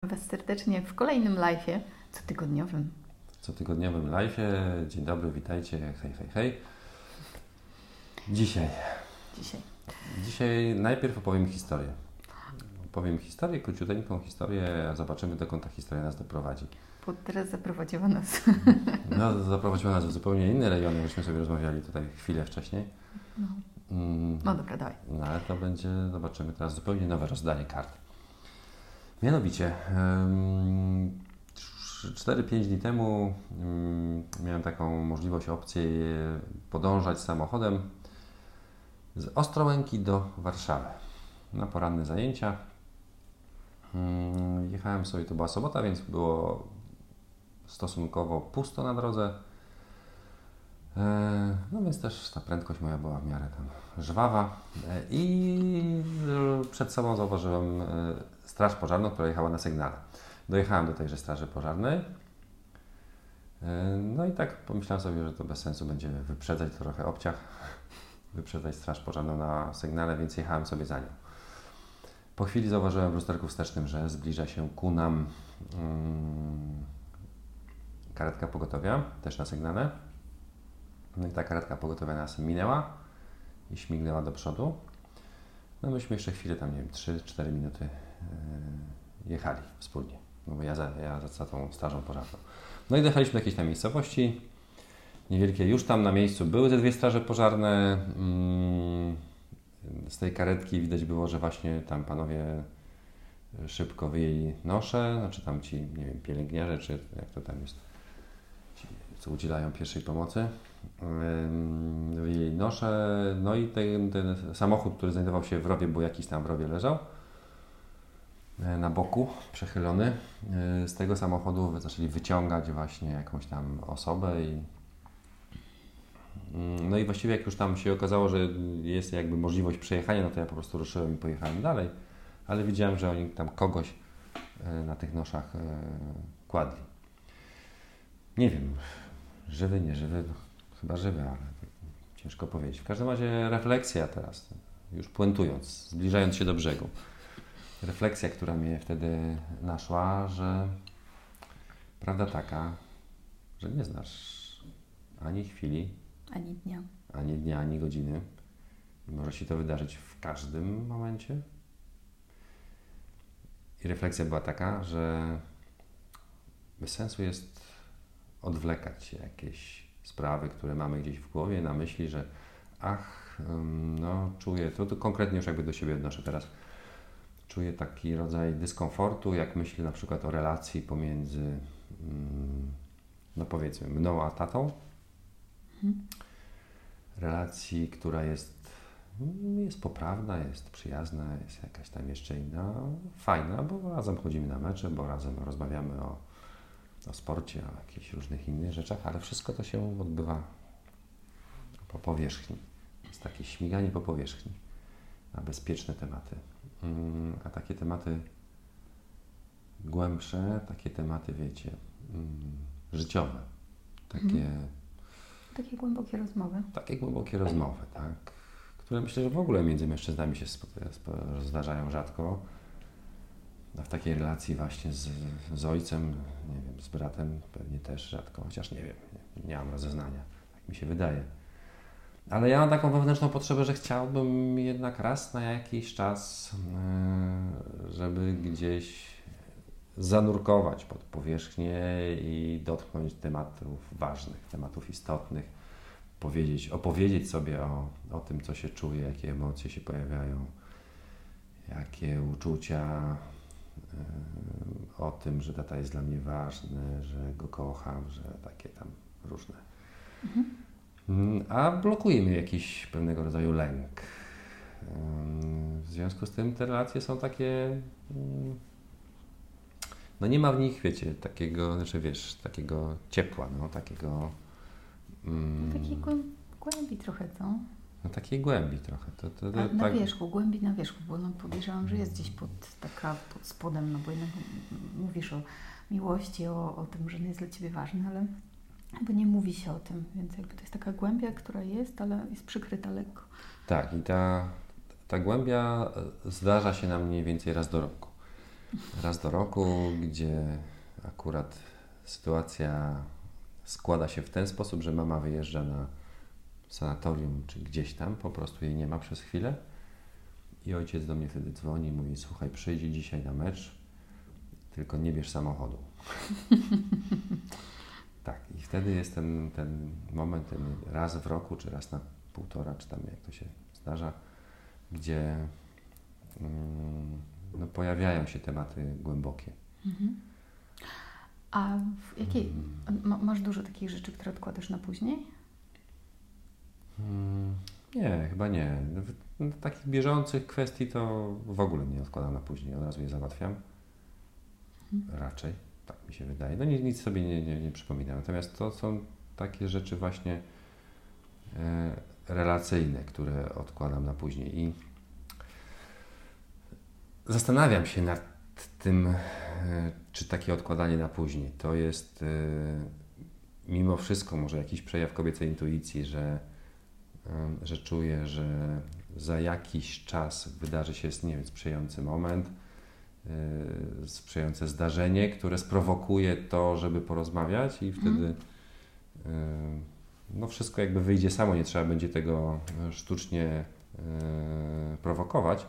Was serdecznie w kolejnym live'ie cotygodniowym. Cotygodniowym live'ie. Dzień dobry, witajcie. Hej, hej, hej. Dzisiaj najpierw opowiem historię. Opowiem historię, króciuteńką historię, a zobaczymy, dokąd ta historia nas doprowadzi. Bo teraz zaprowadziła nas. No, zaprowadziła nas w zupełnie inne rejony, żeśmy sobie rozmawiali tutaj chwilę wcześniej. No dobra, dawaj. No ale to będzie, zobaczymy teraz zupełnie nowe rozdanie kart. Mianowicie, 4-5 dni temu miałem taką możliwość, opcję podążać samochodem z Ostrołęki do Warszawy na poranne zajęcia. Jechałem sobie, to była sobota, więc było stosunkowo pusto na drodze. No więc też ta prędkość moja była w miarę tam żwawa i przed sobą zauważyłem straż pożarną, która jechała na sygnale. Dojechałem do tejże straży pożarnej. No i tak pomyślałem sobie, że to bez sensu będzie wyprzedzać, to trochę obciach, wyprzedzać straż pożarną na sygnale, więc jechałem sobie za nią. Po chwili zauważyłem w lusterku wstecznym, że zbliża się ku nam karetka pogotowia, też na sygnale. No i ta karetka pogotowia nas minęła i śmignęła do przodu. No myśmy jeszcze chwilę tam, nie wiem, 3-4 minuty jechali wspólnie. No bo ja za tą strażą pożarną. No i dojechaliśmy do jakiejś tam miejscowości niewielkie. Już tam na miejscu były te dwie straże pożarne. Z tej karetki widać było, że właśnie tam panowie szybko wyjęli nosze, znaczy tam ci, nie wiem, pielęgniarze, czy jak to tam jest, ci, co udzielają pierwszej pomocy. Wyjęli nosze, no i ten samochód, który znajdował się w rowie, bo jakiś tam w rowie leżał, na boku, przechylony. Z tego samochodu zaczęli wyciągać właśnie jakąś tam osobę no i właściwie jak już tam się okazało, że jest jakby możliwość przejechania, no to ja po prostu ruszyłem i pojechałem dalej, ale widziałem, że oni tam kogoś na tych noszach kładli. Nie wiem, żywy, nieżywy, no, chyba żywy, ale ciężko powiedzieć. W każdym razie refleksja teraz, już puentując, zbliżając się do brzegu. Refleksja, która mnie wtedy naszła, że prawda taka, że nie znasz ani chwili, ani dnia, ani godziny. I może się to wydarzyć w każdym momencie. I refleksja była taka, że bez sensu jest odwlekać jakieś sprawy, które mamy gdzieś w głowie, na myśli, że no czuję, to konkretnie już jakby do siebie odnoszę teraz, czuję taki rodzaj dyskomfortu, jak myślę na przykład o relacji pomiędzy, no powiedzmy, mną a tatą. Relacji, która jest poprawna, jest przyjazna, jest jakaś tam jeszcze inna, fajna, bo razem chodzimy na mecze, bo razem rozmawiamy o sporcie, o jakichś różnych innych rzeczach, ale wszystko to się odbywa po powierzchni. Jest takie śmiganie po powierzchni na bezpieczne tematy. A takie tematy głębsze, takie tematy, wiecie, życiowe, Takie głębokie rozmowy. Takie głębokie rozmowy, tak, które myślę, że w ogóle między mężczyznami się zdarzają rzadko. A w takiej relacji właśnie z ojcem, nie wiem, z bratem pewnie też rzadko, chociaż nie wiem, nie mam rozeznania, tak mi się wydaje. Ale ja mam taką wewnętrzną potrzebę, że chciałbym jednak raz na jakiś czas, żeby gdzieś zanurkować pod powierzchnię i dotknąć tematów ważnych, tematów istotnych, opowiedzieć sobie o tym, co się czuje, jakie emocje się pojawiają, jakie uczucia, o tym, że tata jest dla mnie ważny, że go kocham, że takie tam różne. A blokuje mnie jakiś pewnego rodzaju lęk. W związku z tym te relacje są takie, no nie ma w nich, wiecie, takiego, znaczy wiesz, takiego ciepła, no takiego... Takiej głębi trochę, co? No takiej głębi trochę. Na wierzchu, głębi na wierzchu, bo no podejrzewam, że jest gdzieś pod spodem, no bo jednak mówisz o miłości, o tym, że nie jest dla Ciebie ważny, ale jakby nie mówi się o tym, więc jakby to jest taka głębia, która jest, ale jest przykryta lekko. Tak, i ta głębia zdarza się nam mniej więcej raz do roku. raz do roku, gdzie akurat sytuacja składa się w ten sposób, że mama wyjeżdża na sanatorium czy gdzieś tam, po prostu jej nie ma przez chwilę i ojciec do mnie wtedy dzwoni i mówi: słuchaj, przyjdzie dzisiaj na mecz, tylko nie bierz samochodu. Tak, i wtedy jest ten moment, ten raz w roku, czy raz na półtora, czy tam jak to się zdarza, gdzie no, pojawiają się tematy głębokie. A w jakiej, masz dużo takich rzeczy, które odkładasz na później? Nie, chyba nie. Takich bieżących kwestii to w ogóle nie odkładam na później, od razu je załatwiam. Raczej, tak mi się wydaje. No nic sobie nie przypominam. Natomiast to są takie rzeczy właśnie relacyjne, które odkładam na później. I zastanawiam się nad tym, czy takie odkładanie na później to jest mimo wszystko może jakiś przejaw kobiecej intuicji, że czuję, że za jakiś czas wydarzy się, nie wiem, sprzyjający moment, sprzyjające zdarzenie, które sprowokuje to, żeby porozmawiać i wtedy no wszystko jakby wyjdzie samo, nie trzeba będzie tego sztucznie prowokować.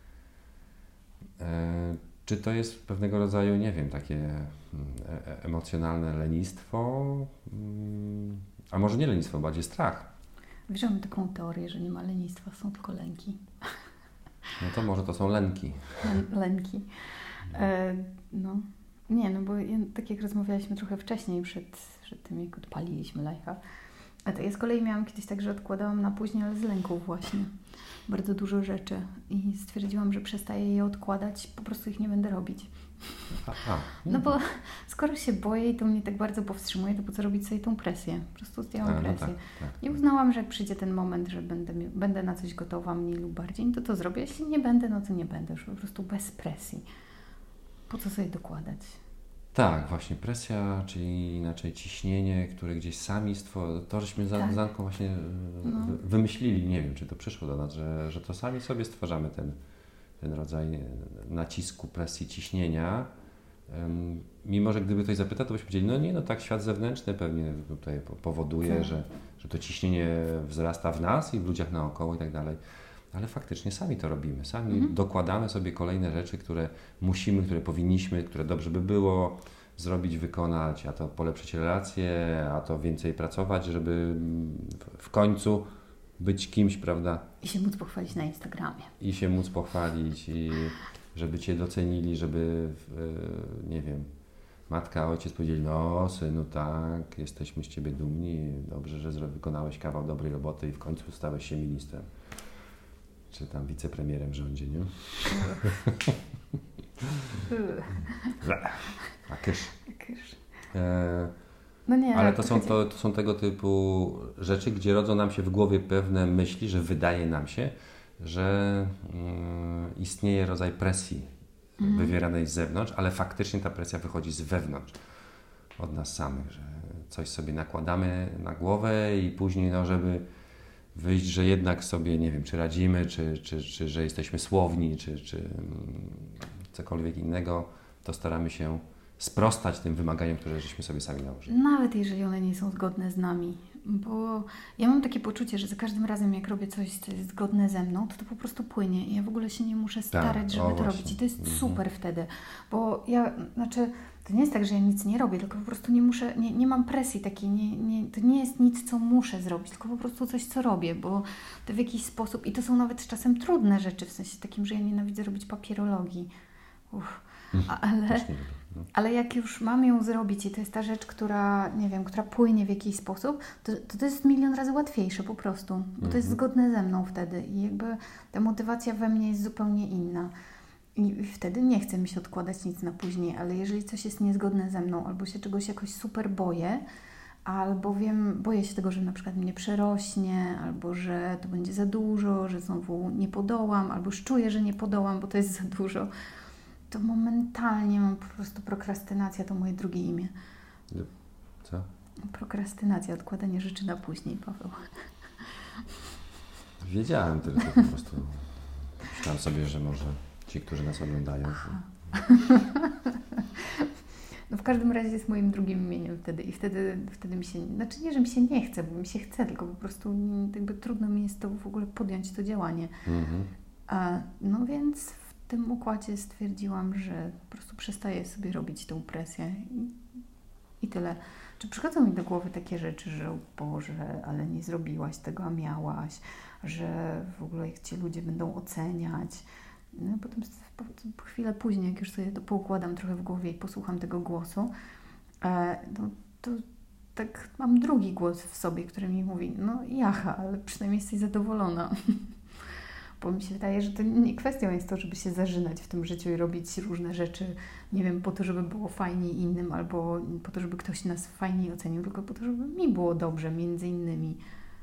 Czy to jest pewnego rodzaju, nie wiem, takie emocjonalne lenistwo, a może nie lenistwo, bardziej strach. Wiesz, mam taką teorię, że nie ma lenistwa, są tylko lęki. No to może to są lęki. Lęki. No. Nie, no bo tak jak rozmawialiśmy trochę wcześniej, przed tym jak odpaliliśmy live'a, a to ja z kolei miałam kiedyś tak, że odkładałam na później, ale z lęków właśnie. Bardzo dużo rzeczy i stwierdziłam, że przestaję je odkładać, po prostu ich nie będę robić. No bo skoro się boję i to mnie tak bardzo powstrzymuje, to po co robić sobie tą presję? Po prostu zdjęłam presję. No tak. I uznałam, że jak przyjdzie ten moment, że będę na coś gotowa mniej lub bardziej, no to zrobię. Jeśli nie będę, no to nie będę. Już po prostu bez presji. Po co sobie dokładać? Tak, właśnie presja, czyli inaczej ciśnienie, które gdzieś sami to żeśmy z Anką właśnie wymyślili, nie wiem, czy to przyszło do nas, że to sami sobie stwarzamy ten rodzaj nacisku, presji, ciśnienia. Mimo że gdyby ktoś zapytał, to byśmy powiedzieli, no tak świat zewnętrzny pewnie tutaj powoduje, że to ciśnienie wzrasta w nas i w ludziach naokoło i tak dalej. Ale faktycznie sami to robimy. Sami dokładamy sobie kolejne rzeczy, które musimy, które powinniśmy, które dobrze by było zrobić, wykonać, a to polepszyć relacje, a to więcej pracować, żeby w końcu być kimś, prawda? I się móc pochwalić na Instagramie. I się móc pochwalić i żeby Cię docenili, żeby, nie wiem, matka, ojciec powiedzieli, no synu, tak, jesteśmy z Ciebie dumni, dobrze, że wykonałeś kawał dobrej roboty i w końcu stałeś się ministrem. Czy tam wicepremierem w rządzie, nie? A kysz. No nie, ale to są tego typu rzeczy, gdzie rodzą nam się w głowie pewne myśli, że wydaje nam się, że istnieje rodzaj presji wywieranej z zewnątrz, ale faktycznie ta presja wychodzi z wewnątrz, od nas samych, że coś sobie nakładamy na głowę i później, no żeby wyjść, że jednak sobie, nie wiem, czy radzimy, czy że jesteśmy słowni, czy cokolwiek innego, to staramy się sprostać tym wymaganiom, które żeśmy sobie sami nałożyli. Nawet jeżeli one nie są zgodne z nami, bo ja mam takie poczucie, że za każdym razem jak robię coś, co jest zgodne ze mną, to po prostu płynie i ja w ogóle się nie muszę starać, żeby to robić i to jest super wtedy, bo to nie jest tak, że ja nic nie robię, tylko po prostu nie muszę, nie mam presji takiej, to nie jest nic, co muszę zrobić, tylko po prostu coś, co robię, bo to w jakiś sposób, i to są nawet czasem trudne rzeczy, w sensie takim, że ja nienawidzę robić papierologii, ale jak już mam ją zrobić i to jest ta rzecz, która, nie wiem, która płynie w jakiś sposób, to jest milion razy łatwiejsze po prostu, bo to jest zgodne ze mną wtedy i jakby ta motywacja we mnie jest zupełnie inna. I wtedy nie chce mi się odkładać nic na później, ale jeżeli coś jest niezgodne ze mną, albo się czegoś jakoś super boję, albo boję się tego, że na przykład mnie przerośnie, albo że to będzie za dużo, że znowu nie podołam, albo już czuję, że nie podołam, bo to jest za dużo, to momentalnie mam po prostu prokrastynacja, to moje drugie imię. Co? Prokrastynacja, odkładanie rzeczy na później, Paweł. Wiedziałem tylko po prostu. Myślałem sobie, że może ci, którzy nas oglądają, No w każdym razie jest moim drugim imieniem wtedy i wtedy mi się, znaczy nie, że mi się nie chce, bo mi się chce, tylko po prostu jakby trudno mi jest to w ogóle podjąć to działanie. No więc w tym układzie stwierdziłam, że po prostu przestaję sobie robić tą presję i tyle. Czy przychodzą mi do głowy takie rzeczy, że o Boże, ale nie zrobiłaś tego, a miałaś, że w ogóle jak Cię ludzie będą oceniać. No, potem po chwilę później, jak już sobie to poukładam trochę w głowie i posłucham tego głosu, to tak mam drugi głos w sobie, który mi mówi, no jaha, ale przynajmniej jesteś zadowolona. Bo mi się wydaje, że to nie kwestią jest to, żeby się zażynać w tym życiu i robić różne rzeczy, nie wiem, po to, żeby było fajniej innym, albo po to, żeby ktoś nas fajniej ocenił, tylko po to, żeby mi było dobrze, między innymi.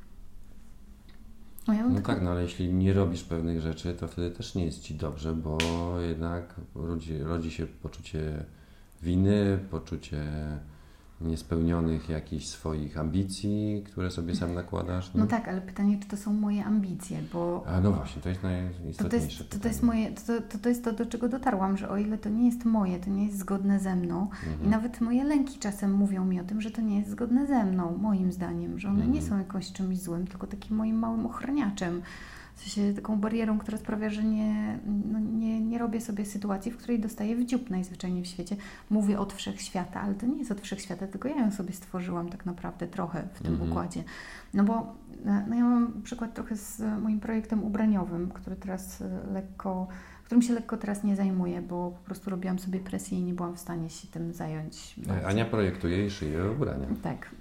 No tak, no ale jeśli nie robisz pewnych rzeczy, to wtedy też nie jest Ci dobrze, bo jednak rodzi się poczucie winy, poczucie niespełnionych jakichś swoich ambicji, które sobie sam nakładasz. No tak, ale pytanie, czy to są moje ambicje, bo... A no właśnie, to jest najistotniejsze pytanie. To jest to, do czego dotarłam, że o ile to nie jest moje, to nie jest zgodne ze mną i nawet moje lęki czasem mówią mi o tym, że to nie jest zgodne ze mną, moim zdaniem, że one nie są jakoś czymś złym, tylko takim moim małym ochraniaczem. W sensie taką barierą, która sprawia, że nie robię sobie sytuacji, w której dostaję w dziób najzwyczajniej w świecie. Mówię od wszechświata, ale to nie jest od wszechświata, tylko ja ją sobie stworzyłam tak naprawdę trochę w tym układzie. No bo ja mam przykład trochę z moim projektem ubraniowym, którym się lekko teraz nie zajmuję, bo po prostu robiłam sobie presję i nie byłam w stanie się tym zająć. Ania projektuje i szyje ubrania. Tak.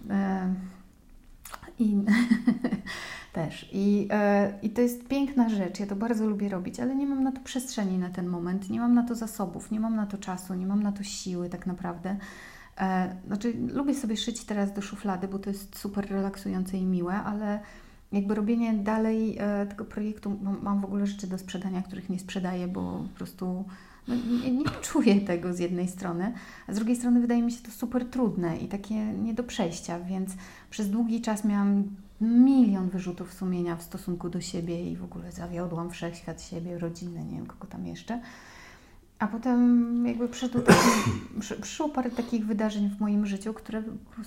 Też. I to jest piękna rzecz, ja to bardzo lubię robić, ale nie mam na to przestrzeni na ten moment, nie mam na to zasobów, nie mam na to czasu, nie mam na to siły tak naprawdę. Znaczy, lubię sobie szyć teraz do szuflady, bo to jest super relaksujące i miłe, ale jakby robienie dalej tego projektu, mam w ogóle rzeczy do sprzedania, których nie sprzedaję, bo po prostu nie czuję tego z jednej strony, a z drugiej strony wydaje mi się to super trudne i takie nie do przejścia, więc przez długi czas miałam milion wyrzutów sumienia w stosunku do siebie i w ogóle zawiodłam wszechświat, siebie, rodzinę, nie wiem kogo tam jeszcze. A potem jakby przyszło parę takich wydarzeń w moim życiu, które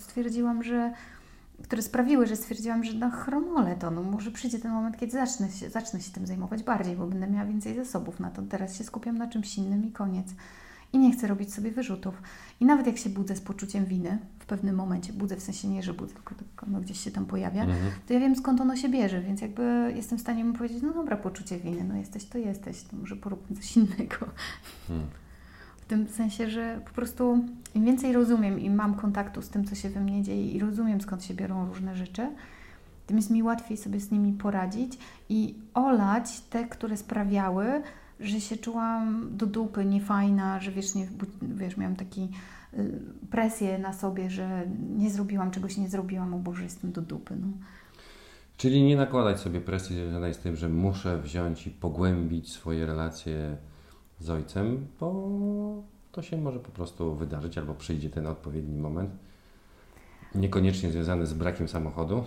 sprawiły, że stwierdziłam, że no chromole to, no może przyjdzie ten moment, kiedy zacznę się tym zajmować bardziej, bo będę miała więcej zasobów na to. Teraz się skupiam na czymś innym i koniec. I nie chcę robić sobie wyrzutów. I nawet jak się budzę z poczuciem winy, w pewnym momencie, budzę w sensie nie, że budzę, tylko ono gdzieś się tam pojawia, to ja wiem, skąd ono się bierze, więc jakby jestem w stanie mu powiedzieć, no dobra, poczucie winy, no jesteś, to może poróbmy coś innego. W tym sensie, że po prostu im więcej rozumiem i mam kontaktu z tym, co się we mnie dzieje i rozumiem, skąd się biorą różne rzeczy, tym jest mi łatwiej sobie z nimi poradzić i olać te, które sprawiały, że się czułam do dupy, niefajna, że wiesz, miałam taki presję na sobie, że nie zrobiłam, o Boże, jestem do dupy. No. Czyli nie nakładać sobie presji związanej z tym, że muszę wziąć i pogłębić swoje relacje z ojcem, bo to się może po prostu wydarzyć albo przyjdzie ten odpowiedni moment. Niekoniecznie związany z brakiem samochodu.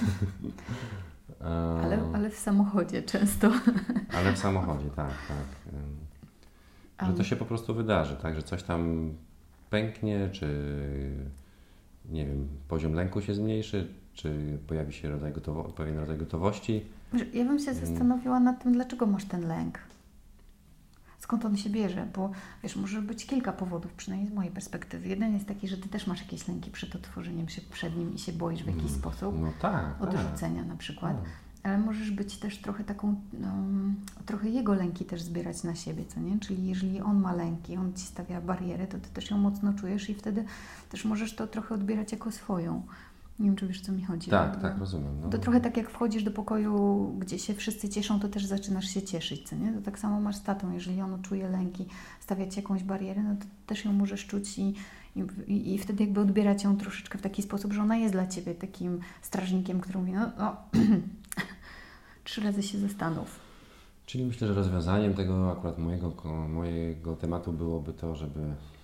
Ale w samochodzie często. Ale w samochodzie, tak. Że to się po prostu wydarzy, tak? Że coś tam pęknie, czy nie wiem, poziom lęku się zmniejszy, czy pojawi się pewien rodzaj gotowości. Ja bym się zastanowiła nad tym, dlaczego masz ten lęk. Skąd on się bierze? Bo wiesz, może być kilka powodów, przynajmniej z mojej perspektywy. Jeden jest taki, że ty też masz jakieś lęki przed otworzeniem się przed nim i się boisz w jakiś sposób. No tak. Odrzucenia na przykład. Ale możesz być też trochę trochę jego lęki też zbierać na siebie, co nie? Czyli jeżeli on ma lęki, on ci stawia barierę, to ty też ją mocno czujesz i wtedy też możesz to trochę odbierać jako swoją. Nie wiem, czy wiesz, co mi chodzi. Tak, rozumiem. No. To trochę tak jak wchodzisz do pokoju, gdzie się wszyscy cieszą, to też zaczynasz się cieszyć, co nie? To tak samo masz z tatą, jeżeli on czuje lęki, stawia ci jakąś barierę, no to też ją możesz czuć i wtedy jakby odbierać ją troszeczkę w taki sposób, że ona jest dla ciebie takim strażnikiem, który mówi, no 3 razy się zastanów. Czyli myślę, że rozwiązaniem tego akurat mojego tematu byłoby to, żeby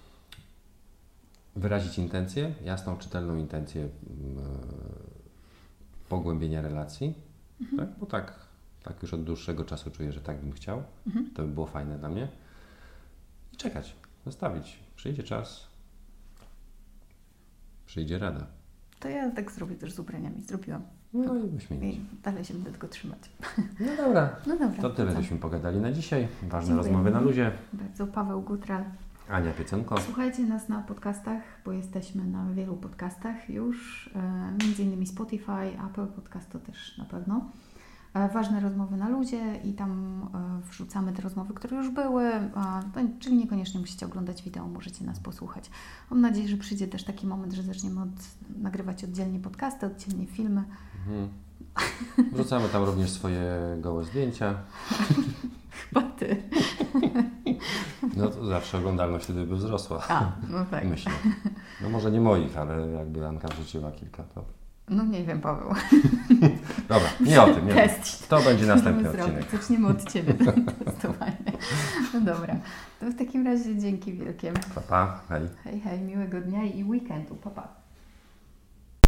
wyrazić intencję, jasną, czytelną intencję pogłębienia relacji, tak? Bo tak już od dłuższego czasu czuję, że tak bym chciał. To by było fajne dla mnie. I czekać. zostawić. Przyjdzie czas, przyjdzie rada. To ja tak zrobię też z ubraniami. Zrobiłam. No i wyśmienicie. I dalej się będę tego trzymać. No dobra. No dobra. To tyle, żeśmy pogadali na dzisiaj. Ważne Dziękuję. rozmowy na luzie. Bardzo. Paweł Gutral. Ania Piecenko. Słuchajcie nas na podcastach, bo jesteśmy na wielu podcastach już. Między innymi Spotify, Apple Podcast to też na pewno. Ważne rozmowy na luzie i tam wrzucamy te rozmowy, które już były, czyli niekoniecznie musicie oglądać wideo, możecie nas posłuchać. Mam nadzieję, że przyjdzie też taki moment, że zaczniemy nagrywać oddzielnie podcasty, oddzielnie filmy. Wrzucamy tam również swoje gołe zdjęcia. Chyba Ty. No to zawsze oglądalność wtedy by wzrosła. No tak. Myślę. No może nie moich, ale jakby Anka wrzuciła kilka, to... No nie wiem, Paweł. Dobra, nie o tym. Nie. Test. To będzie następny odcinek. Zaczniemy od Ciebie testowanie. No dobra. To w takim razie dzięki wielkie. Pa, pa, hej. Hej, miłego dnia i weekendu. Pa, pa.